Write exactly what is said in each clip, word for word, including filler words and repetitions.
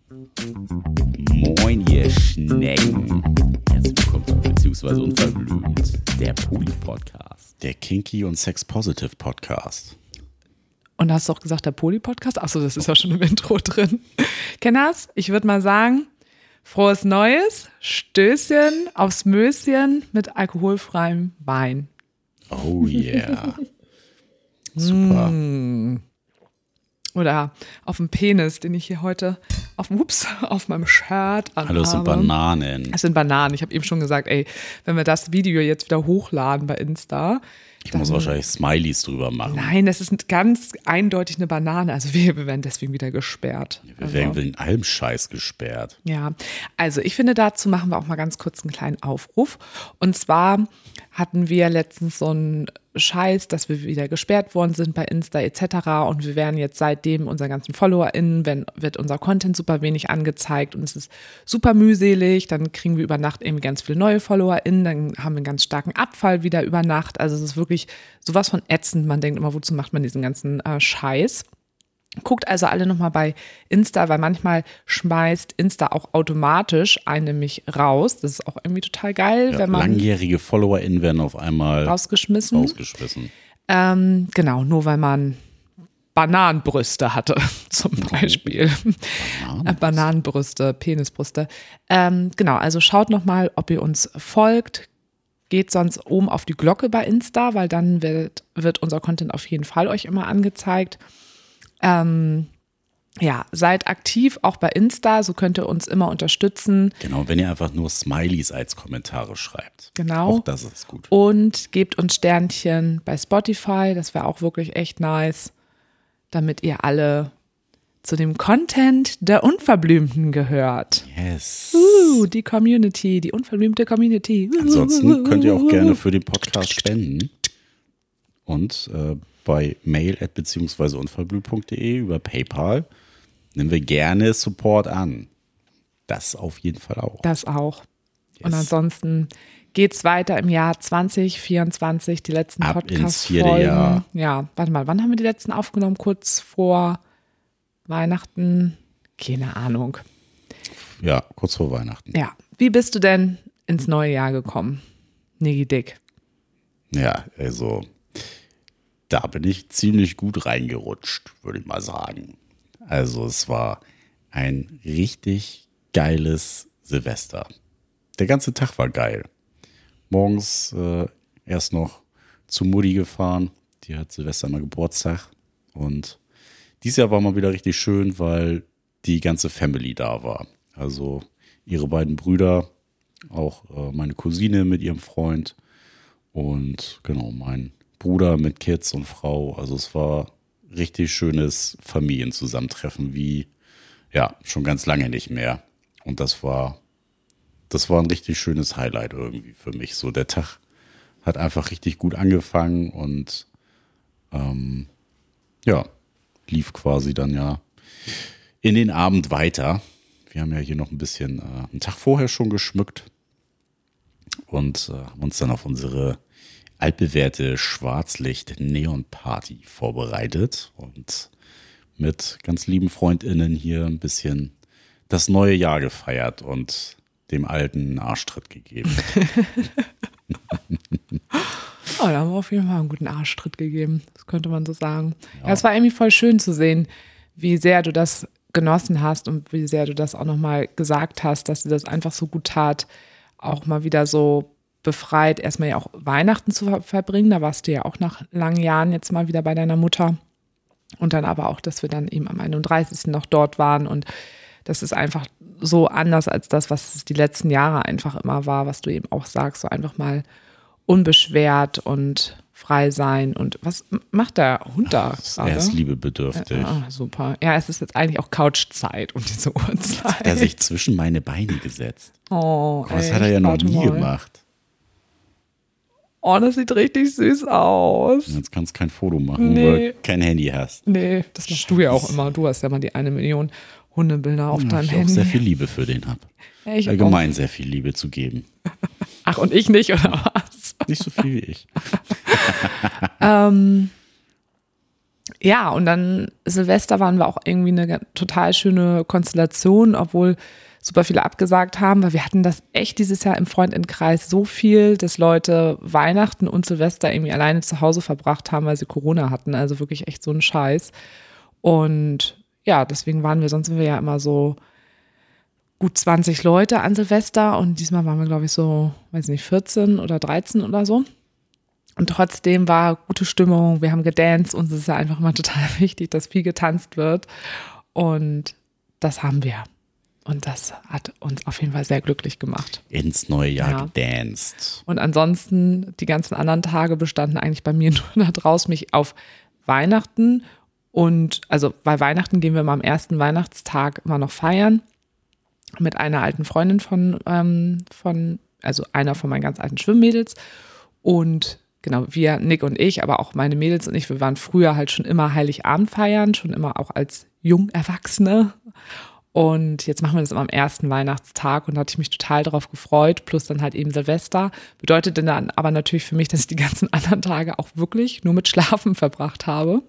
Moin, ihr Schnecken. Herzlich willkommen zu beziehungsweise unverblümt, der Poly-Podcast. Der Kinky und Sex-Positive-Podcast. Und hast du auch gesagt, der Poly-Podcast? Achso, das ist ja schon im Intro drin. Kenners, ich würde mal sagen, frohes Neues, Stößchen aufs Möschen mit alkoholfreiem Wein. Oh yeah. Super. Mm. Oder auf dem Penis, den ich hier heute auf, ups, auf meinem Shirt anhabe. Hallo, es sind Bananen. Es sind Bananen. Ich habe eben schon gesagt, ey, wenn wir das Video jetzt wieder hochladen bei Insta. Ich muss wahrscheinlich Smileys drüber machen. Nein, das ist ganz eindeutig eine Banane. Also wir, wir werden deswegen wieder gesperrt. Wir also. werden wegen allem Scheiß gesperrt. Ja, also ich finde, dazu machen wir auch mal ganz kurz einen kleinen Aufruf. Und zwar hatten wir letztens so einen Scheiß, dass wir wieder gesperrt worden sind bei Insta et cetera. Und wir werden jetzt seitdem unseren ganzen FollowerInnen, wenn, wird unser Content super wenig angezeigt und es ist super mühselig. Dann kriegen wir über Nacht irgendwie ganz viele neue FollowerInnen, dann haben wir einen ganz starken Abfall wieder über Nacht. Also es ist wirklich sowas von ätzend. Man denkt immer, wozu macht man diesen ganzen äh, Scheiß? Guckt also alle nochmal bei Insta, weil manchmal schmeißt Insta auch automatisch einen nämlich raus. Das ist auch irgendwie total geil, Ja, wenn man langjährige FollowerInnen werden auf einmal rausgeschmissen. rausgeschmissen. Ähm, genau, nur weil man Bananenbrüste hatte, zum Beispiel. Bananenbrüste, Bananenbrüste Penisbrüste. Ähm, genau, also schaut nochmal, ob ihr uns folgt. Geht sonst oben auf die Glocke bei Insta, weil dann wird, wird unser Content auf jeden Fall euch immer angezeigt. Ähm, ja, seid aktiv, auch bei Insta, so könnt ihr uns immer unterstützen. Genau, wenn ihr einfach nur Smileys als Kommentare schreibt. Genau. Auch das ist gut. Und gebt uns Sternchen bei Spotify, das wäre auch wirklich echt nice, damit ihr alle zu dem Content der Unverblümten gehört. Yes. Uh, die Community, die unverblümte Community. Uh, Ansonsten könnt ihr auch gerne für den Podcast spenden. Und äh, bei mail at beziehungsweise unverblümt punkt de über PayPal nehmen wir gerne Support an. Das auf jeden Fall auch. Das auch. Yes. Und ansonsten geht's weiter im Jahr zwanzig vierundzwanzig, die letzten Ab Podcast-Folgen. ins vierte Jahr. Ja, warte mal, wann haben wir die letzten aufgenommen? Kurz vor Weihnachten? Keine Ahnung. Ja, kurz vor Weihnachten. Ja, wie bist du denn ins neue Jahr gekommen, Niggi Dick? Ja, also da bin ich ziemlich gut reingerutscht, würde ich mal sagen. Also es war ein richtig geiles Silvester. Der ganze Tag war geil. Morgens äh, erst noch zu Mutti gefahren. Die hat Silvester mal Geburtstag. Und dieses Jahr war mal wieder richtig schön, weil die ganze Family da war. Also ihre beiden Brüder, auch äh, meine Cousine mit ihrem Freund und genau mein Bruder mit Kids und Frau. Also es war richtig schönes Familienzusammentreffen, wie ja schon ganz lange nicht mehr. Und das war das war ein richtig schönes Highlight irgendwie für mich. So der Tag hat einfach richtig gut angefangen und ähm, ja lief quasi dann ja in den Abend weiter. Wir haben ja hier noch ein bisschen äh, einen Tag vorher schon geschmückt und äh, haben uns dann auf unsere altbewährte Schwarzlicht-Neon-Party vorbereitet und mit ganz lieben FreundInnen hier ein bisschen das neue Jahr gefeiert und dem alten einen Arschtritt gegeben. Oh, da haben wir auf jeden Fall einen guten Arschtritt gegeben, das könnte man so sagen. Ja, es war irgendwie voll schön zu sehen, wie sehr du das genossen hast und wie sehr du das auch nochmal gesagt hast, dass dir das einfach so gut tat, auch mal wieder so befreit, erstmal ja auch Weihnachten zu ver- verbringen. Da warst du ja auch nach langen Jahren jetzt mal wieder bei deiner Mutter. Und dann aber auch, dass wir dann eben am einunddreißigsten noch dort waren. Und das ist einfach so anders als das, was es die letzten Jahre einfach immer war, was du eben auch sagst, so einfach mal unbeschwert und frei sein. Und was macht der Hund da gerade? Er ist liebebedürftig. Ah, super. Ja, es ist jetzt eigentlich auch Couchzeit um diese Uhrzeit. Hat er sich zwischen meine Beine gesetzt. Oh, Das echt? hat er ja noch Warte nie mal. gemacht. Oh, das sieht richtig süß aus. Jetzt kannst du kein Foto machen, Nee. weil du kein Handy hast. Nee, das machst du ja auch Scheiße. immer. Du hast ja mal die eine Million Hundebilder auf Ja, deinem ich auch Handy. sehr viel Liebe für den habe. Ja, ich Allgemein sehr viel Liebe zu geben. Ach, und ich nicht, oder was? Nicht so viel wie ich. ähm, ja, und dann Silvester waren wir auch irgendwie eine total schöne Konstellation, obwohl super viele abgesagt haben, weil wir hatten das echt dieses Jahr im Freundinnenkreis so viel, dass Leute Weihnachten und Silvester irgendwie alleine zu Hause verbracht haben, weil sie Corona hatten. Also wirklich echt so ein Scheiß. Und ja, deswegen waren wir, sonst sind wir ja immer so gut zwanzig Leute an Silvester und diesmal waren wir, glaube ich, so, weiß nicht, vierzehn oder dreizehn oder so. Und trotzdem war gute Stimmung, wir haben gedanced, uns ist ja einfach immer total wichtig, dass viel getanzt wird. Und das haben wir. Und das hat uns auf jeden Fall sehr glücklich gemacht. Ins neue Jahr Ja. gedanced. Und ansonsten, die ganzen anderen Tage bestanden eigentlich bei mir nur daraus, mich auf Weihnachten und, also bei Weihnachten gehen wir mal am ersten Weihnachtstag immer noch feiern mit einer alten Freundin von, ähm, von also einer von meinen ganz alten Schwimmmädels. Und genau, wir, Nick und ich, aber auch meine Mädels und ich, wir waren früher halt schon immer Heiligabend feiern, schon immer auch als Jungerwachsene. Und jetzt machen wir das immer am ersten Weihnachtstag und da hatte ich mich total darauf gefreut, plus dann halt eben Silvester. Bedeutete dann aber natürlich für mich, dass ich die ganzen anderen Tage auch wirklich nur mit Schlafen verbracht habe,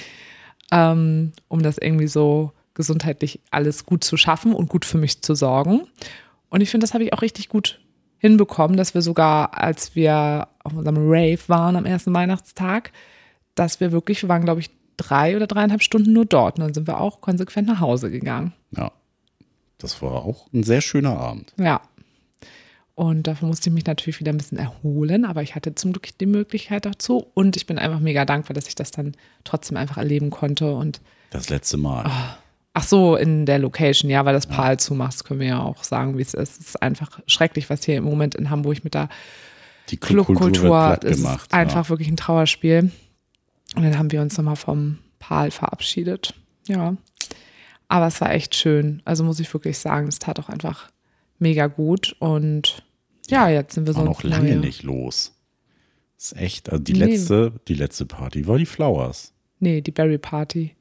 ähm, um das irgendwie so gesundheitlich alles gut zu schaffen und gut für mich zu sorgen. Und ich finde, das habe ich auch richtig gut hinbekommen, dass wir sogar, als wir auf unserem Rave waren am ersten Weihnachtstag, dass wir wirklich, wir waren glaube ich drei oder dreieinhalb Stunden nur dort. Und dann sind wir auch konsequent nach Hause gegangen. Ja, das war auch ein sehr schöner Abend. Ja. Und dafür musste ich mich natürlich wieder ein bisschen erholen, aber ich hatte zum Glück die Möglichkeit dazu. Und ich bin einfach mega dankbar, dass ich das dann trotzdem einfach erleben konnte. Und Das letzte Mal. ach so, in der Location, ja, weil das Pal zumacht, das können wir ja auch sagen, wie es ist. Es ist einfach schrecklich, was hier im Moment in Hamburg mit der Die Clubkultur wird Clubkultur platt ist. gemacht. Einfach ja. wirklich ein Trauerspiel. Und dann haben wir uns nochmal vom Pal verabschiedet. Ja. Aber es war echt schön. Also muss ich wirklich sagen, es tat auch einfach mega gut. Und ja, jetzt sind wir so War noch lange nicht los. Das ist echt, also die Nee. letzte, die letzte Party war die Flowers. Nee, die Berry Party.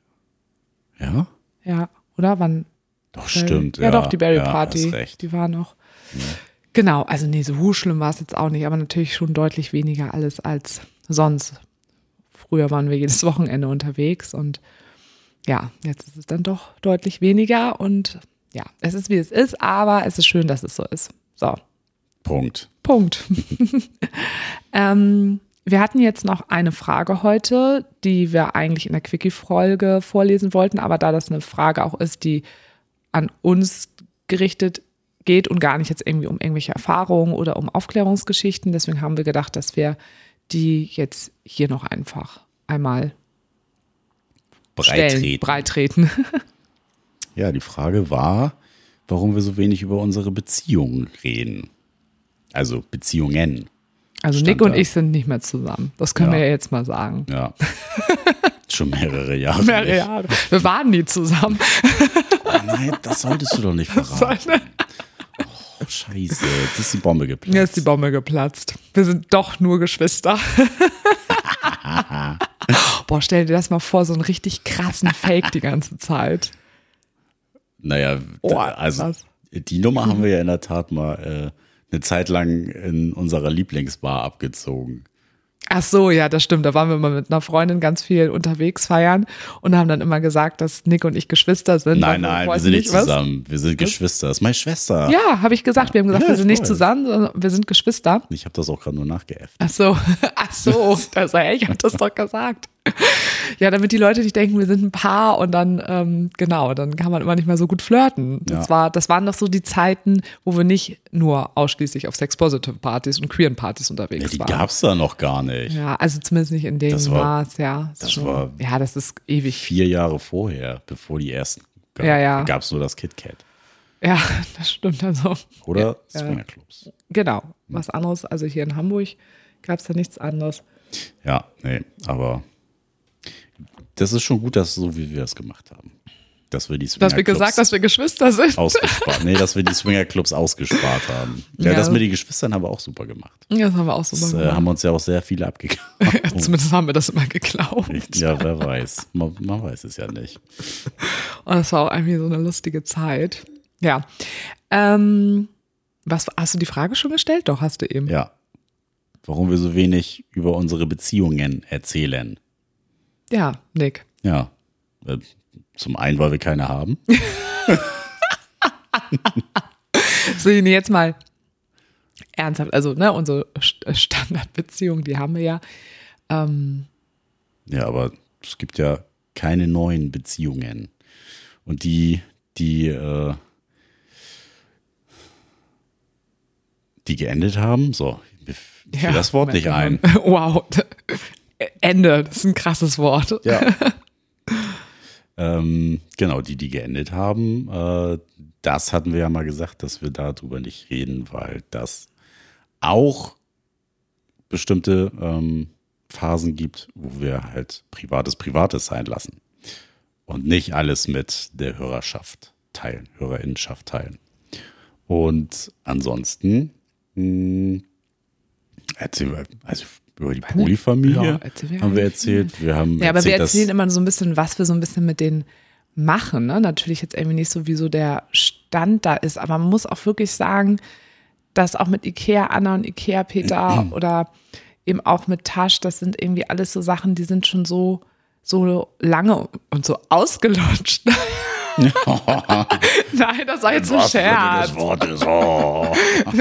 Ja? Ja, oder? Wann? Doch, stimmt. Ja, doch, die Berry ja, Party. hast recht. Die war noch. Genau, also nee, so schlimm war es jetzt auch nicht, aber natürlich schon deutlich weniger alles als sonst. Früher waren wir jedes Wochenende unterwegs und ja, jetzt ist es dann doch deutlich weniger und ja, es ist wie es ist, aber es ist schön, dass es so ist. So, Punkt. Punkt. ähm, wir hatten jetzt noch eine Frage heute, die wir eigentlich in der Quickie-Folge vorlesen wollten, aber da das eine Frage auch ist, die an uns gerichtet geht und gar nicht jetzt irgendwie um irgendwelche Erfahrungen oder um Aufklärungsgeschichten, deswegen haben wir gedacht, dass wir die jetzt hier noch einfach einmal stellen, Breitreten. breitreten. Ja, die Frage war, warum wir so wenig über unsere Beziehungen reden. Also Beziehungen. Also Stand Nick und da. ich sind nicht mehr zusammen. Das können Ja. wir ja jetzt mal sagen. Ja. Schon mehrere Jahre. Mehrere nicht. Jahre. Wir waren nie zusammen. Oh nein, das solltest du doch nicht verraten. Oh, scheiße, jetzt ist die Bombe geplatzt. Jetzt ist die Bombe geplatzt. Wir sind doch nur Geschwister. Boah, stell dir das mal vor, so einen richtig krassen Fake die ganze Zeit. Naja, Oh, da- also krass. die Nummer haben wir ja in der Tat mal äh, eine Zeit lang in unserer Lieblingsbar abgezogen. Ach so, ja, das stimmt. Da waren wir mal mit einer Freundin ganz viel unterwegs feiern und haben dann immer gesagt, dass Nick und ich Geschwister sind. Nein, weil nein, wir wollten sind nicht was. zusammen. Wir sind Geschwister. Das ist meine Schwester. Ja, habe ich gesagt. Wir haben gesagt, Ja, wir sind ich nicht weiß. zusammen, sondern wir sind Geschwister. Ich habe das auch gerade nur nachgeäfft. Ach so, ach so, das, ey, ich habe das doch gesagt. Ja, damit die Leute nicht denken, wir sind ein Paar und dann, ähm, genau, dann kann man immer nicht mehr so gut flirten. Das, Ja. war, das waren doch so die Zeiten, wo wir nicht nur ausschließlich auf Sex-Positive-Partys und queeren Partys Ja, unterwegs die waren. gab's da noch gar nicht. Ja, also zumindest nicht in dem Das war- Maß, ja. Ist das schon, war- ja, das ist ewig. Vier Jahre vorher, bevor die ersten gab, Ja, ja. gab es nur das KitKat. Ja, das stimmt. Also, Oder Ja. Swingerclubs. genau, was anderes. Also hier in Hamburg gab es da nichts anderes. Ja, nee, aber das ist schon gut, dass so wie wir es gemacht haben. Dass wir die Du hast mir gesagt, Swingerclubs dass wir Geschwister sind. ausgespart. Nee, dass wir die Swingerclubs ausgespart haben. Ja, Ja. das mit den Geschwistern haben wir auch super gemacht. Das haben wir auch so Das mal äh, gemacht. haben uns ja auch sehr viele abgekauft. Zumindest haben wir das immer geglaubt. Ja, wer weiß. Man, man weiß es ja nicht. Und das war auch irgendwie so eine lustige Zeit. Ja. Ähm, was, hast du die Frage schon gestellt? Doch, hast du eben. Ja. Warum wir so wenig über unsere Beziehungen erzählen. Ja, Nick. Ja. Äh, Zum einen, weil wir keine haben. So, jetzt mal ernsthaft, also ne, unsere Standardbeziehung, die haben wir ja. Ähm, Ja, aber es gibt ja keine neuen Beziehungen. Und die, die, äh, die geendet haben, so, mir fiel ja, das Wort nicht ein. Wow, Ende, das ist ein krasses Wort. Ja. ähm, genau, die, die geendet haben, äh, das hatten wir ja mal gesagt, dass wir darüber nicht reden, weil das auch bestimmte ähm, Phasen gibt, wo wir halt Privates Privates sein lassen und nicht alles mit der Hörerschaft teilen, Hörerinnenschaft teilen. Und ansonsten mh, erzählen wir, also über die Polyfamilie ja, haben wir erzählt. Wir haben ja, aber erzählt, wir erzählen immer so ein bisschen, was wir so ein bisschen mit denen machen. Ne? Natürlich jetzt irgendwie nicht so, wie so der Stand da ist, aber man muss auch wirklich sagen, dass auch mit Ikea Anna und Ikea Peter oder eben auch mit Tasch, das sind irgendwie alles so Sachen, die sind schon so, so lange und so ausgelutscht. Nein, das war jetzt ein Scherz. Das Wort ist, oh.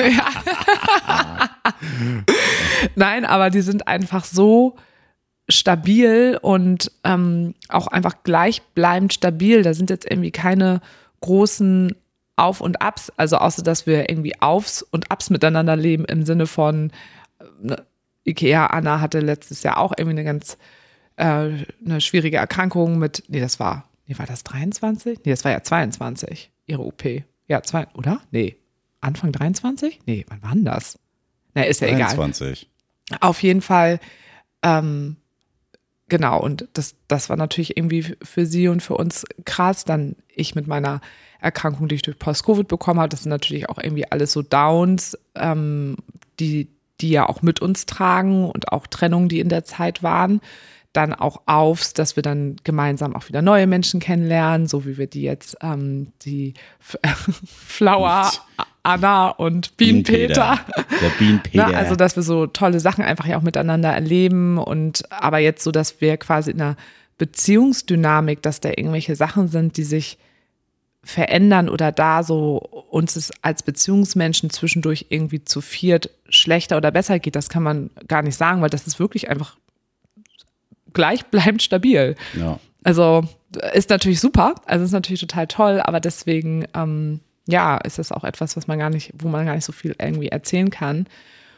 Ja. Nein, aber die sind einfach so stabil und ähm, auch einfach gleichbleibend stabil. Da sind jetzt irgendwie keine großen Auf und Abs, also außer dass wir irgendwie Aufs und Abs miteinander leben im Sinne von ne, Ikea Anna hatte letztes Jahr auch irgendwie eine ganz äh, eine schwierige Erkrankung mit, nee, das war, nee, war das dreiundzwanzig? Nee, das war ja zweiundzwanzig, ihre O P. Ja, zwei, oder? Nee, Anfang dreiundzwanzig? Nee, wann war denn das? Na, ist ja dreiundzwanzig. Egal. Auf jeden Fall, ähm, genau, und das, das war natürlich irgendwie für sie und für uns krass. Dann ich mit meiner Erkrankung, die ich durch Post-Covid bekommen habe, das sind natürlich auch irgendwie alles so Downs, ähm, die, die ja auch mit uns tragen und auch Trennungen, die in der Zeit waren. Dann auch Aufs, dass wir dann gemeinsam auch wieder neue Menschen kennenlernen, so wie wir die jetzt, ähm, die F- Flower, Anna und Bienenpeter. Der Bienenpeter. Na, also, dass wir so tolle Sachen einfach ja auch miteinander erleben und aber jetzt so, dass wir quasi in einer Beziehungsdynamik, dass da irgendwelche Sachen sind, die sich verändern oder da so uns es als Beziehungsmenschen zwischendurch irgendwie zu viert schlechter oder besser geht, das kann man gar nicht sagen, weil das ist wirklich einfach gleichbleibend stabil. Ja. Also ist natürlich super, also ist natürlich total toll, aber deswegen ähm, ja, ist das auch etwas, was man gar nicht, wo man gar nicht so viel irgendwie erzählen kann.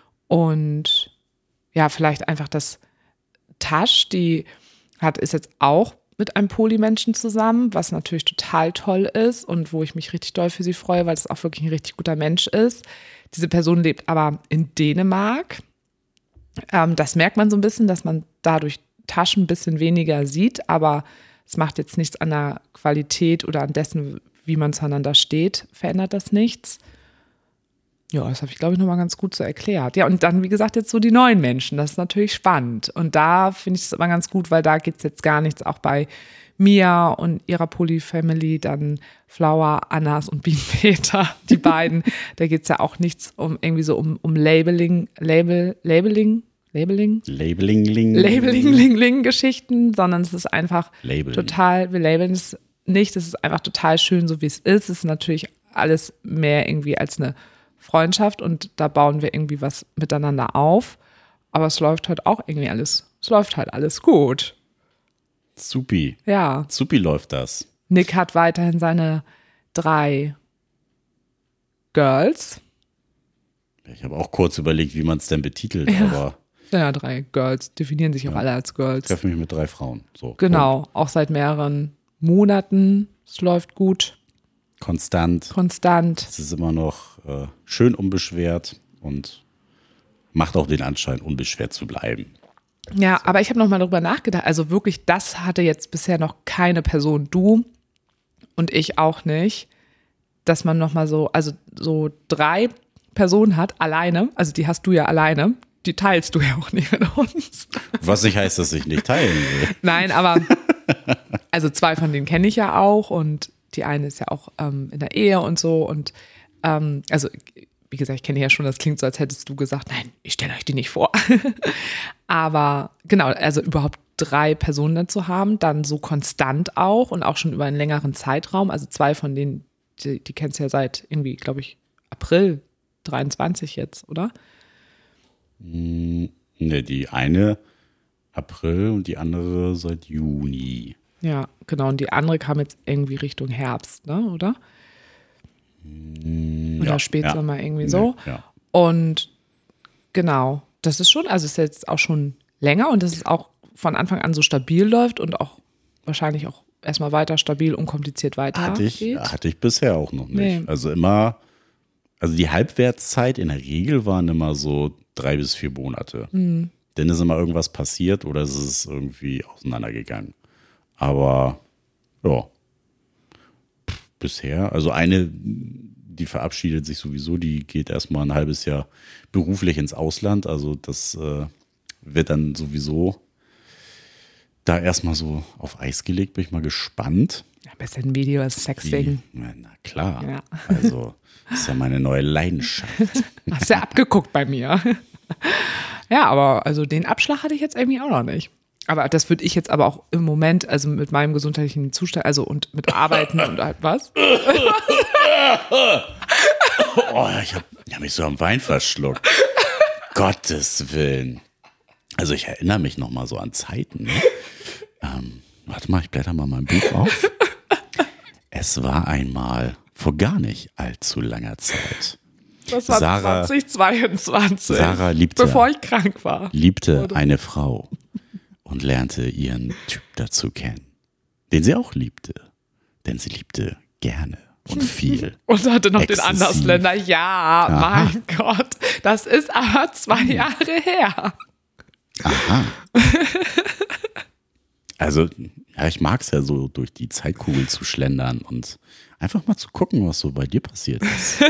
Und ja, vielleicht einfach das Tasch, die hat, ist jetzt auch mit einem Polymenschen zusammen, was natürlich total toll ist und wo ich mich richtig doll für sie freue, weil das auch wirklich ein richtig guter Mensch ist. Diese Person lebt aber in Dänemark. Ähm, das merkt man so ein bisschen, dass man dadurch Taschen ein bisschen weniger sieht, aber es macht jetzt nichts an der Qualität oder an dessen, wie man zueinander steht, verändert das nichts. Ja, das habe ich, glaube ich, nochmal ganz gut so erklärt. Ja, und dann, wie gesagt, jetzt so die neuen Menschen, das ist natürlich spannend. Und da finde ich es immer ganz gut, weil da geht es jetzt gar nichts, auch bei Mia und ihrer Polyfamily, dann Flower, Annas und Bienenpeter, die beiden, da geht es ja auch nichts um irgendwie so um, um Labeling, Label, Labeling, Labeling? Labeling, ling. Labeling, ling, ling Geschichten, sondern es ist einfach Labeln. total, wir labeln es nicht, es ist einfach total schön, so wie es ist. Es ist natürlich alles mehr irgendwie als eine Freundschaft und da bauen wir irgendwie was miteinander auf. Aber es läuft halt auch irgendwie alles, es läuft halt alles gut. Supi. Ja. Supi läuft das. Nick hat weiterhin seine drei Girls. Ich habe auch kurz überlegt, wie man es denn betitelt, Ja. aber Ja, drei Girls, definieren sich auch alle als ich Girls. treffe mich mit drei Frauen. So. Genau, auch seit mehreren Monaten. Es läuft gut, Und konstant. konstant. Es ist immer noch äh, schön unbeschwert und macht auch den Anschein, unbeschwert zu bleiben. Ja, aber ich habe noch mal darüber nachgedacht. Also wirklich, das hatte jetzt bisher noch keine Person, du und ich auch nicht, dass man noch mal so, also so drei Personen hat, alleine. Also die hast du ja alleine. Die teilst du ja auch nicht mit uns. Was nicht heißt, dass ich nicht teilen will. Nein, aber also zwei von denen kenne ich ja auch und die eine ist ja auch ähm, in der Ehe und so und ähm, also wie gesagt, ich kenne die ja schon, das klingt so, als hättest du gesagt, nein, ich stelle euch die nicht vor. Aber genau, also überhaupt drei Personen dann zu haben, dann so konstant auch und auch schon über einen längeren Zeitraum. Also zwei von denen, die, die kennst du ja seit irgendwie, glaube ich, April dreiundzwanzig jetzt, oder? Ne, die eine April und die andere seit Juni. Ja, genau. Und die andere kam jetzt irgendwie Richtung Herbst, ne, oder? Oder Ja, Spätsommer ja. irgendwie so. Nee, ja. Und genau, das ist schon, also es ist jetzt auch schon länger und dass es auch von Anfang an so stabil läuft und auch wahrscheinlich auch erstmal weiter stabil, unkompliziert weiter Hatte ich, geht. hatte ich bisher auch noch nicht. Nee. Also immer, also die Halbwertszeit in der Regel waren immer so drei bis vier Monate. Mhm. Dann ist immer irgendwas passiert oder es ist irgendwie auseinandergegangen. Aber ja, Pff, bisher, also eine, die verabschiedet sich sowieso, die geht erstmal ein halbes Jahr beruflich ins Ausland. Also das äh, wird dann sowieso da erstmal so auf Eis gelegt, bin ich mal gespannt. Ein bisschen Video ist Sexting. Wie, na klar, Ja. also das ist ja meine neue Leidenschaft. Hast ja abgeguckt bei mir. Ja, aber also den Abschlag hatte ich jetzt irgendwie auch noch nicht. Aber das würde ich jetzt aber auch im Moment, also mit meinem gesundheitlichen Zustand, also und mit Arbeiten und halt was? Oh, ich habe hab mich so am Wein verschluckt. Gottes Willen. Also ich erinnere mich noch mal so an Zeiten. Ne? Ähm, warte mal, ich blätter mal mein Buch auf. Es war einmal vor gar nicht allzu langer Zeit. Das war Sarah- zweitausendzweiundzwanzig. Sarah liebte, Bevor ich krank war. liebte Oder? eine Frau und lernte ihren Typ dazu kennen, den sie auch liebte. Denn sie liebte gerne und viel. Und hatte noch Exzessiv. den Andersländer. Ja, Aha. mein Gott. Das ist aber zwei Jahre her. Aha. Also, ja, ich mag es ja so, durch die Zeitkugel zu schlendern und einfach mal zu gucken, was so bei dir passiert ist.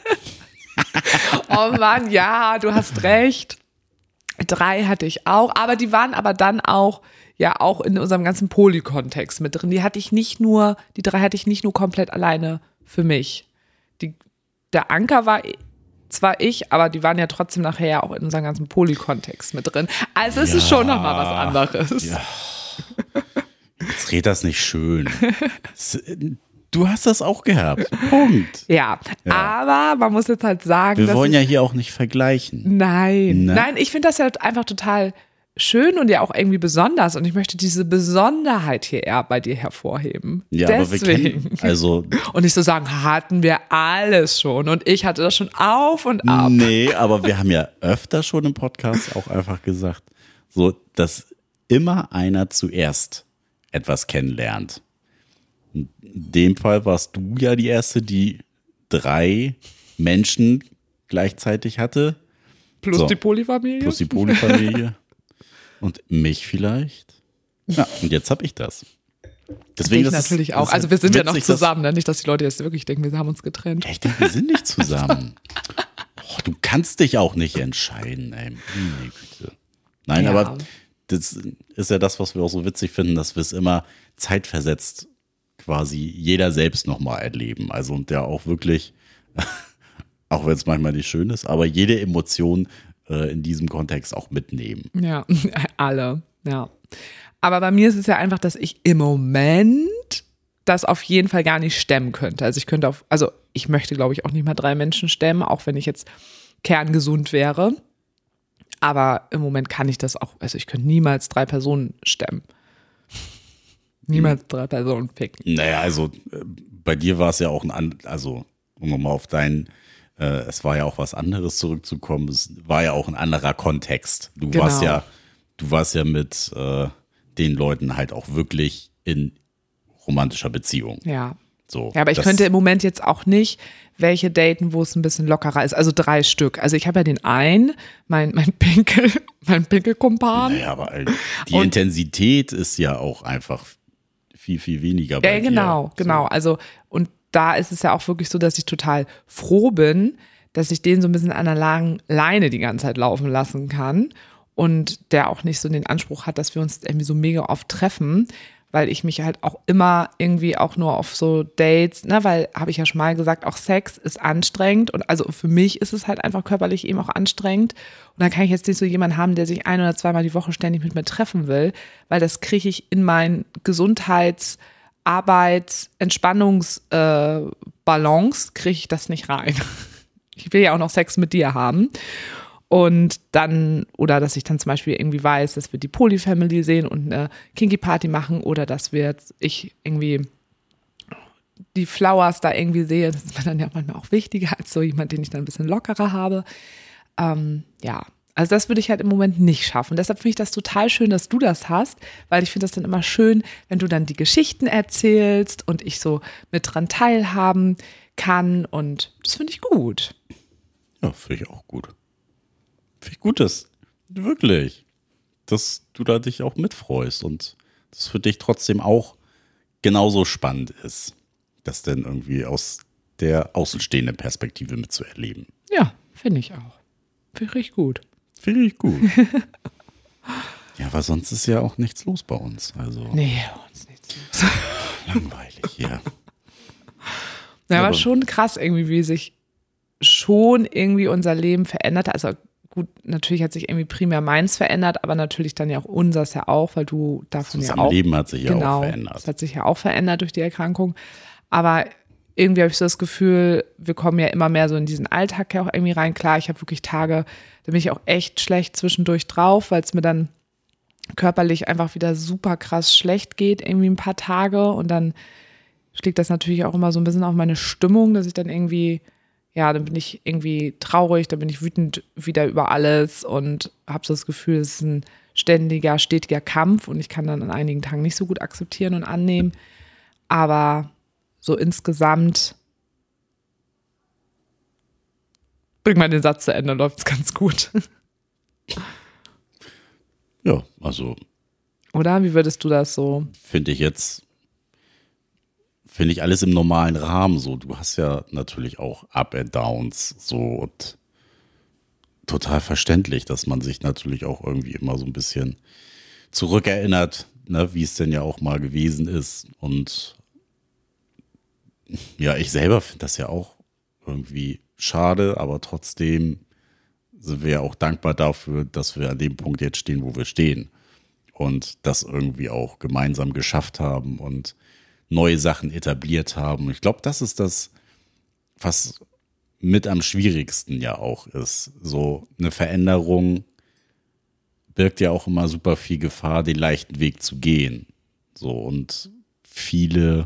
Oh Mann, ja, du hast recht. Drei hatte ich auch, aber die waren aber dann auch, ja, auch in unserem ganzen Poly-Kontext mit drin. Die hatte ich nicht nur, die drei hatte ich nicht nur komplett alleine für mich. Die, der Anker war zwar ich, aber die waren ja trotzdem nachher ja auch in unserem ganzen Poly-Kontext mit drin. Also es Ja. ist schon nochmal was anderes. Ja. Jetzt red das nicht schön. Es- Du hast das auch gehabt. Punkt. Ja, Ja. aber man muss jetzt halt sagen, Wir dass wollen es- ja hier auch nicht vergleichen. Nein, Ne? nein, ich finde das ja einfach total schön und ja auch irgendwie besonders und ich möchte diese Besonderheit hier eher bei dir hervorheben. Ja, Deswegen. aber wir kennen, also, Und nicht so sagen, hatten wir alles schon und ich hatte das schon auf und ab. nee, aber wir haben ja öfter schon im Podcast auch einfach gesagt, so, dass immer einer zuerst etwas kennenlernt. In dem Fall warst du ja die Erste, die drei Menschen gleichzeitig hatte, Plus So. die Polyfamilie. plus die Polyfamilie und mich vielleicht. Ja, und jetzt habe ich das. Deswegen ich das ist- natürlich das auch. ist Also wir sind ja noch witzig, dass- zusammen, ne? Nicht, dass die Leute jetzt wirklich denken, wir haben uns getrennt. Ja, ich denke, wir sind nicht zusammen. Oh, du kannst dich auch nicht entscheiden, ey. Meine Güte. Nein, Ja. aber das ist ja das, was wir auch so witzig finden, dass wir es immer zeitversetzt quasi jeder selbst nochmal erleben. Also und der auch wirklich, auch wenn es manchmal nicht schön ist, aber jede Emotion äh, in diesem Kontext auch mitnehmen. Ja, alle, ja. Aber bei mir ist es ja einfach, dass ich im Moment das auf jeden Fall gar nicht stemmen könnte. Also ich könnte auf, also ich möchte, glaube ich, auch nicht mal drei Menschen stemmen, auch wenn ich jetzt kerngesund wäre. Aber im Moment kann ich das auch, also ich könnte niemals drei Personen stemmen. Niemals drei Personen ficken. Naja, also äh, bei dir war es ja auch ein, an- also um nochmal auf deinen, äh, es war ja auch was anderes zurückzukommen, es war ja auch ein anderer Kontext. Du Genau. warst ja, du warst ja mit äh, den Leuten halt auch wirklich in romantischer Beziehung. Ja. So, Ja, aber ich das- könnte im Moment jetzt auch nicht welche daten, wo es ein bisschen lockerer ist. Also drei Stück. Also ich habe ja den einen, mein, mein Pinkel, mein Pinkelkumpan. Naja, aber äh, die Und- Intensität ist ja auch einfach viel, viel weniger bei Ja, genau, dir. genau. Also, und da ist es ja auch wirklich so, dass ich total froh bin, dass ich den so ein bisschen an einer langen Leine die ganze Zeit laufen lassen kann und der auch nicht so den Anspruch hat, dass wir uns irgendwie so mega oft treffen, weil ich mich halt auch immer irgendwie auch nur auf so Dates, ne, weil, habe ich ja schon mal gesagt, auch Sex ist anstrengend und also für mich ist es halt einfach körperlich eben auch anstrengend und dann kann ich jetzt nicht so jemanden haben, der sich ein- oder zweimal die Woche ständig mit mir treffen will, weil das kriege ich in meinen Gesundheits-, Arbeits-, Entspannungsbalance, äh, kriege ich das nicht rein. Ich will ja auch noch Sex mit dir haben. Und dann, oder dass ich dann zum Beispiel irgendwie weiß, dass wir die Poly-Family sehen und eine Kinky-Party machen oder dass wir jetzt, ich irgendwie die Flowers da irgendwie sehe. Das ist mir dann ja manchmal auch wichtiger als so jemand, den ich dann ein bisschen lockerer habe. Ähm, ja, also das würde ich halt im Moment nicht schaffen. Deshalb finde ich das total schön, dass du das hast, weil ich finde das dann immer schön, wenn du dann die Geschichten erzählst und ich so mit dran teilhaben kann und das finde ich gut. Ja, finde ich auch gut. Finde ich gut, dass wirklich, dass du da dich auch mitfreust und das für dich trotzdem auch genauso spannend ist, das denn irgendwie aus der außenstehenden Perspektive mitzuerleben. Ja, finde ich auch. Finde ich richtig gut. Finde ich gut. Ja, weil sonst ist ja auch nichts los bei uns. Also nee, bei uns nichts los. Langweilig, ja. Ja, aber schon krass irgendwie, wie sich schon irgendwie unser Leben verändert hat. Also gut, natürlich hat sich irgendwie primär meins verändert, aber natürlich dann ja auch unseres ja auch, weil du davon ja auch. Leben hat sich ja genau, auch verändert. Das hat sich ja auch verändert durch die Erkrankung. Aber irgendwie habe ich so das Gefühl, wir kommen ja immer mehr so in diesen Alltag ja auch irgendwie rein. Klar, ich habe wirklich Tage, da bin ich auch echt schlecht zwischendurch drauf, weil es mir dann körperlich einfach wieder super krass schlecht geht, irgendwie ein paar Tage. Und dann schlägt das natürlich auch immer so ein bisschen auf meine Stimmung, dass ich dann irgendwie, ja, dann bin ich irgendwie traurig, dann bin ich wütend wieder über alles und habe so das Gefühl, es ist ein ständiger, stetiger Kampf und ich kann dann an einigen Tagen nicht so gut akzeptieren und annehmen. Aber so insgesamt, bring mal den Satz zu Ende, läuft es ganz gut. Ja, also. Oder? Wie würdest du das so? Finde ich jetzt, finde ich alles im normalen Rahmen so. Du hast ja natürlich auch Up and Downs so und total verständlich, dass man sich natürlich auch irgendwie immer so ein bisschen zurückerinnert, ne, wie es denn ja auch mal gewesen ist. Und ja, ich selber finde das ja auch irgendwie schade, aber trotzdem sind wir ja auch dankbar dafür, dass wir an dem Punkt jetzt stehen, wo wir stehen und das irgendwie auch gemeinsam geschafft haben und neue Sachen etabliert haben. Ich glaube, das ist das, was mit am schwierigsten ja auch ist. So eine Veränderung birgt ja auch immer super viel Gefahr, den leichten Weg zu gehen. So und viele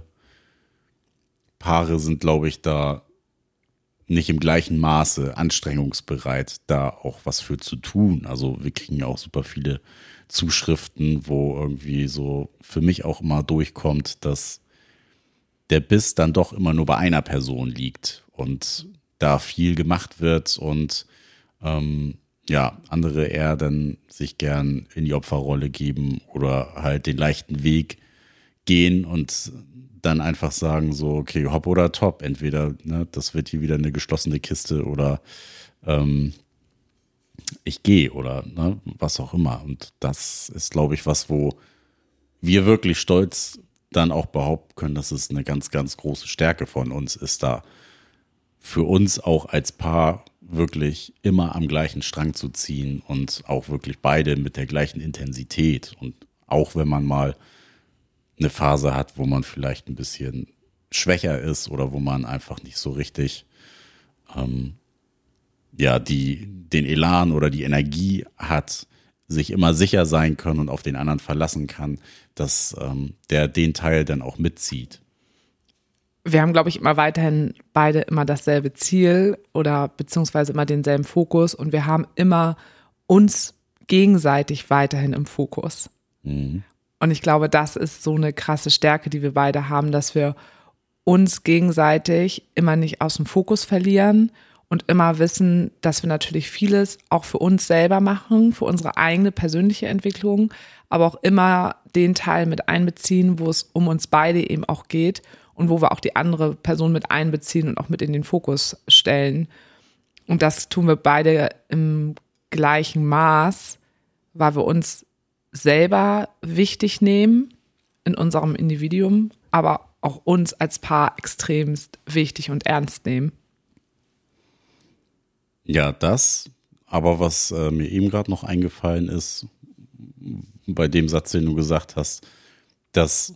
Paare sind, glaube ich, da nicht im gleichen Maße anstrengungsbereit, da auch was für zu tun. Also wir kriegen ja auch super viele Zuschriften, wo irgendwie so für mich auch immer durchkommt, dass der Biss dann doch immer nur bei einer Person liegt und da viel gemacht wird und ähm, ja, andere eher dann sich gern in die Opferrolle geben oder halt den leichten Weg gehen und dann einfach sagen so, okay, hopp oder top, entweder ne, das wird hier wieder eine geschlossene Kiste oder ähm, ich gehe oder ne, was auch immer. Und das ist, glaube ich, was, wo wir wirklich stolz dann auch behaupten können, dass es eine ganz, ganz große Stärke von uns ist, da für uns auch als Paar wirklich immer am gleichen Strang zu ziehen und auch wirklich beide mit der gleichen Intensität. Und auch wenn man mal eine Phase hat, wo man vielleicht ein bisschen schwächer ist oder wo man einfach nicht so richtig ähm, ja, die, den Elan oder die Energie hat, sich immer sicher sein können und auf den anderen verlassen kann, dass ähm, der den Teil dann auch mitzieht. Wir haben, glaube ich, immer weiterhin beide immer dasselbe Ziel oder beziehungsweise immer denselben Fokus und wir haben immer uns gegenseitig weiterhin im Fokus. Mhm. Und ich glaube, das ist so eine krasse Stärke, die wir beide haben, dass wir uns gegenseitig immer nicht aus dem Fokus verlieren und immer wissen, dass wir natürlich vieles auch für uns selber machen, für unsere eigene persönliche Entwicklung, aber auch immer den Teil mit einbeziehen, wo es um uns beide eben auch geht und wo wir auch die andere Person mit einbeziehen und auch mit in den Fokus stellen. Und das tun wir beide im gleichen Maß, weil wir uns selber wichtig nehmen in unserem Individuum, aber auch uns als Paar extremst wichtig und ernst nehmen. Ja, das, aber was äh, mir eben gerade noch eingefallen ist, bei dem Satz, den du gesagt hast, dass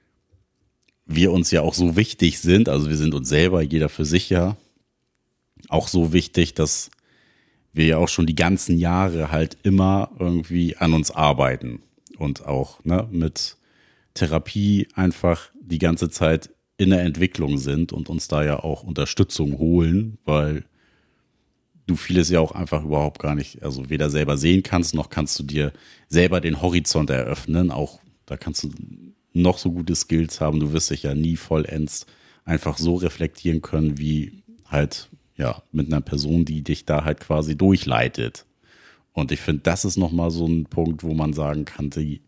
wir uns ja auch so wichtig sind, also wir sind uns selber, jeder für sich ja, auch so wichtig, dass wir ja auch schon die ganzen Jahre halt immer irgendwie an uns arbeiten und auch ne, mit Therapie einfach die ganze Zeit in der Entwicklung sind und uns da ja auch Unterstützung holen, weil du vieles ja auch einfach überhaupt gar nicht, also weder selber sehen kannst, noch kannst du dir selber den Horizont eröffnen. Auch da kannst du noch so gute Skills haben, du wirst dich ja nie vollends einfach so reflektieren können, wie halt ja mit einer Person, die dich da halt quasi durchleitet. Und ich finde, das ist nochmal so ein Punkt, wo man sagen kann, die,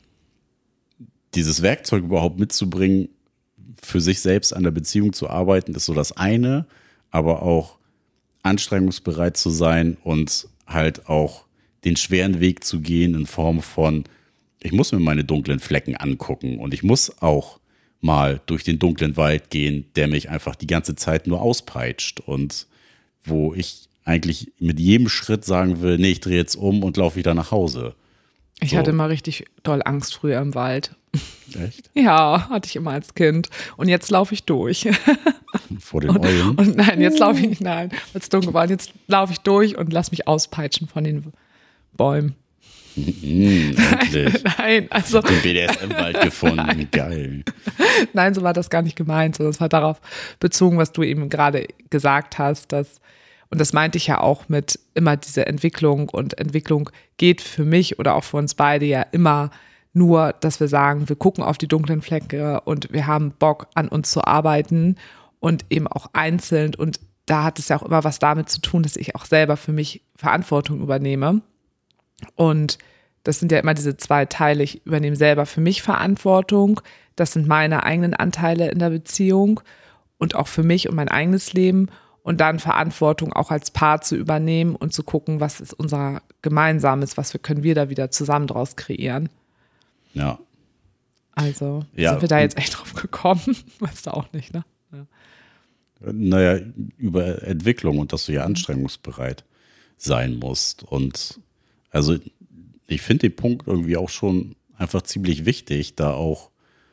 dieses Werkzeug überhaupt mitzubringen, für sich selbst an der Beziehung zu arbeiten, ist so das eine, aber auch anstrengungsbereit zu sein und halt auch den schweren Weg zu gehen in Form von, ich muss mir meine dunklen Flecken angucken und ich muss auch mal durch den dunklen Wald gehen, der mich einfach die ganze Zeit nur auspeitscht und wo ich eigentlich mit jedem Schritt sagen will, nee, ich drehe jetzt um und laufe wieder nach Hause. Ich So. hatte immer richtig doll Angst früher im Wald. Echt? Ja, hatte ich immer als Kind. Und jetzt laufe ich durch. Vor den Eulen? Und nein, jetzt laufe ich nicht, nein, weil es dunkel war. Und jetzt laufe ich durch und lass mich auspeitschen von den Bäumen. Mm, endlich. Nein, also Den B D S M-Wald gefunden. Geil. nein, so war das gar nicht gemeint, sondern es war darauf bezogen, was du eben gerade gesagt hast, dass, und das meinte ich ja auch mit immer diese Entwicklung, und Entwicklung geht für mich oder auch für uns beide ja immer nur, dass wir sagen, wir gucken auf die dunklen Flecke und wir haben Bock, an uns zu arbeiten und eben auch einzeln, und da hat es ja auch immer was damit zu tun, dass ich auch selber für mich Verantwortung übernehme. Und das sind ja immer diese zwei Teile. Ich übernehme selber für mich Verantwortung. Das sind meine eigenen Anteile in der Beziehung und auch für mich und mein eigenes Leben. Und dann Verantwortung auch als Paar zu übernehmen und zu gucken, was ist unser Gemeinsames, was wir, können wir da wieder zusammen draus kreieren. Ja. Also Ja, sind wir da jetzt echt drauf gekommen? Weißt du auch nicht, ne? Ja. Naja, über Entwicklung und dass du ja anstrengungsbereit sein musst. Und also ich finde den Punkt irgendwie auch schon einfach ziemlich wichtig, da auch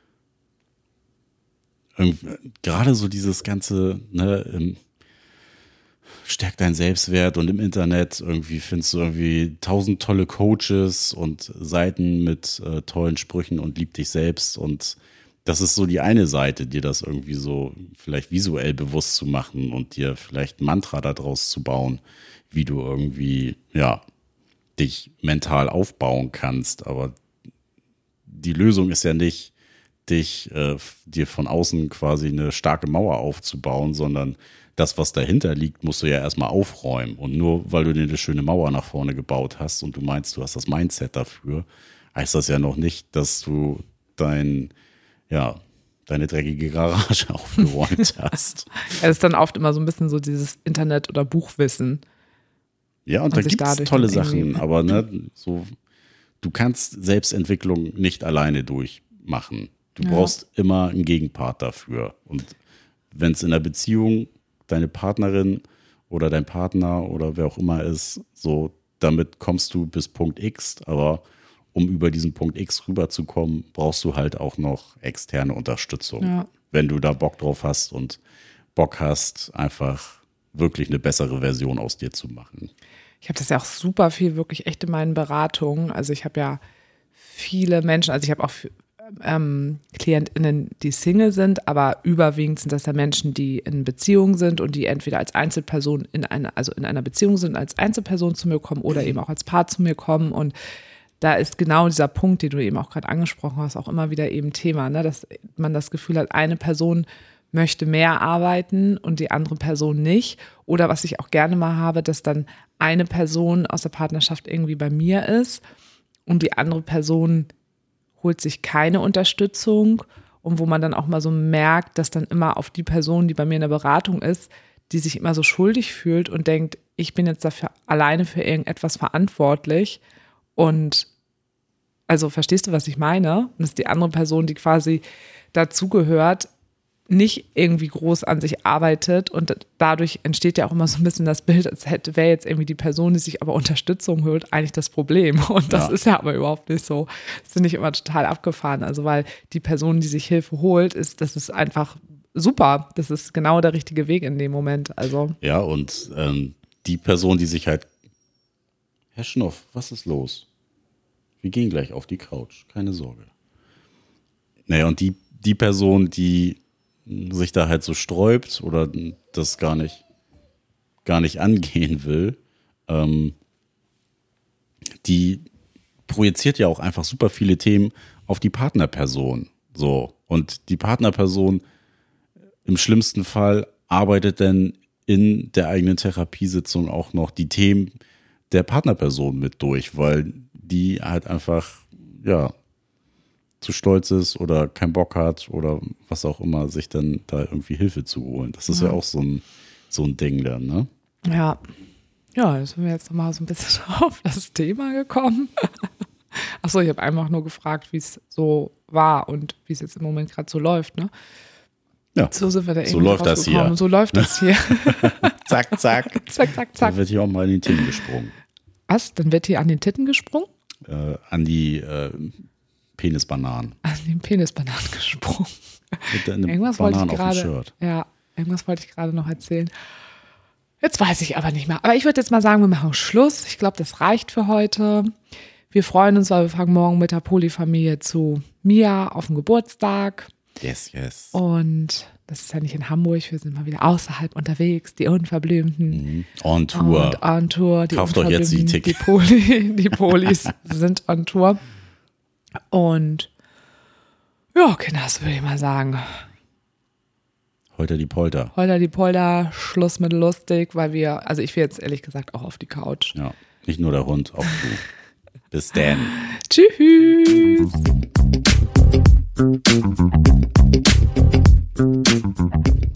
gerade so dieses ganze, ne, stärkt deinen Selbstwert, und im Internet irgendwie findest du irgendwie tausend tolle Coaches und Seiten mit äh, tollen Sprüchen und lieb dich selbst, und das ist so die eine Seite, dir das irgendwie so vielleicht visuell bewusst zu machen und dir vielleicht ein Mantra daraus zu bauen, wie du irgendwie, ja, dich mental aufbauen kannst. Aber die Lösung ist ja nicht, dich, äh, dir von außen quasi eine starke Mauer aufzubauen, sondern das, was dahinter liegt, musst du ja erstmal aufräumen. Und nur weil du dir eine schöne Mauer nach vorne gebaut hast und du meinst, du hast das Mindset dafür, heißt das ja noch nicht, dass du dein, ja, deine dreckige Garage aufgeräumt hast. Es ist dann oft immer so ein bisschen so dieses Internet- oder Buchwissen. Ja, und, und da gibt es tolle Sachen, aber ne, so, du kannst Selbstentwicklung nicht alleine durchmachen. Du ja. brauchst immer einen Gegenpart dafür. Und wenn es in der Beziehung deine Partnerin oder dein Partner oder wer auch immer ist, so, damit kommst du bis Punkt X, aber um über diesen Punkt X rüberzukommen, brauchst du halt auch noch externe Unterstützung. Ja. Wenn du da Bock drauf hast und Bock hast, einfach wirklich eine bessere Version aus dir zu machen. Ich habe das ja auch super viel wirklich echt in meinen Beratungen. Also ich habe ja viele Menschen, also ich habe auch ähm, KlientInnen, die Single sind, aber überwiegend sind das ja Menschen, die in Beziehung sind und die entweder als Einzelperson in einer, also in einer Beziehung sind, als Einzelperson zu mir kommen oder eben auch als Paar zu mir kommen. Und da ist genau dieser Punkt, den du eben auch gerade angesprochen hast, auch immer wieder eben Thema, ne? Dass man das Gefühl hat, eine Person möchte mehr arbeiten und die andere Person nicht. Oder was ich auch gerne mal habe, dass dann eine Person aus der Partnerschaft irgendwie bei mir ist und die andere Person holt sich keine Unterstützung, und wo man dann auch mal so merkt, dass dann immer auf die Person, die bei mir in der Beratung ist, die sich immer so schuldig fühlt und denkt, ich bin jetzt dafür alleine für irgendetwas verantwortlich, und also verstehst du, was ich meine? Und dass die andere Person, die quasi dazugehört, nicht irgendwie groß an sich arbeitet und dadurch entsteht ja auch immer so ein bisschen das Bild, als hätte, wäre jetzt irgendwie die Person, die sich aber Unterstützung holt, eigentlich das Problem. Und das ja. ist ja aber überhaupt nicht so. Das finde ich immer total abgefahren. Also weil die Person, die sich Hilfe holt, ist, das ist einfach super. Das ist genau der richtige Weg in dem Moment. Also ja, und ähm, die Person, die sich halt, Herr Schnuff, was ist los? Wir gehen gleich auf die Couch, keine Sorge. Naja, und die, die Person, die sich da halt so sträubt oder das gar nicht, gar nicht angehen will, ähm, die projiziert ja auch einfach super viele Themen auf die Partnerperson. So. Und die Partnerperson im schlimmsten Fall arbeitet dann in der eigenen Therapiesitzung auch noch die Themen der Partnerperson mit durch, weil die halt einfach, ja, zu stolz ist oder keinen Bock hat oder was auch immer, sich dann da irgendwie Hilfe zu holen. Das ist ja, ja auch so ein, so ein Ding dann, ne? Ja. Ja, jetzt sind wir jetzt nochmal so ein bisschen auf das Thema gekommen. Achso, ich habe einfach nur gefragt, wie es so war und wie es jetzt im Moment gerade so läuft, ne? Ja, so sind wir da so läuft das hier. So läuft das hier. Zack, zack. Zack, zack, zack. Dann wird hier auch mal in den Titten gesprungen. Was? Dann wird hier an den Titten gesprungen? Äh, an die äh, Penisbananen. An den Penisbananen gesprungen. Mit einer irgendwas Bananen wollte ich auf dem gerade. Shirt. Ja, irgendwas wollte ich gerade noch erzählen. Jetzt weiß ich aber nicht mehr. Aber ich würde jetzt mal sagen, wir machen Schluss. Ich glaube, das reicht für heute. Wir freuen uns, weil wir fahren morgen mit der Poli-Familie zu Mia auf den Geburtstag. Yes, yes. Und das ist ja nicht in Hamburg, wir sind mal wieder außerhalb unterwegs, die Unverblümten. Mhm. On Tour. Und on Tour. Die Kauft doch jetzt die Tickets. Die, Poli, die Polis sind on Tour. Und ja, Kinders, würde ich mal sagen. Heute die Polter. Heute die Polter, Schluss mit lustig, weil wir, also ich will jetzt ehrlich gesagt auch auf die Couch. Ja, nicht nur der Hund, auch du. Bis dann. Tschüss.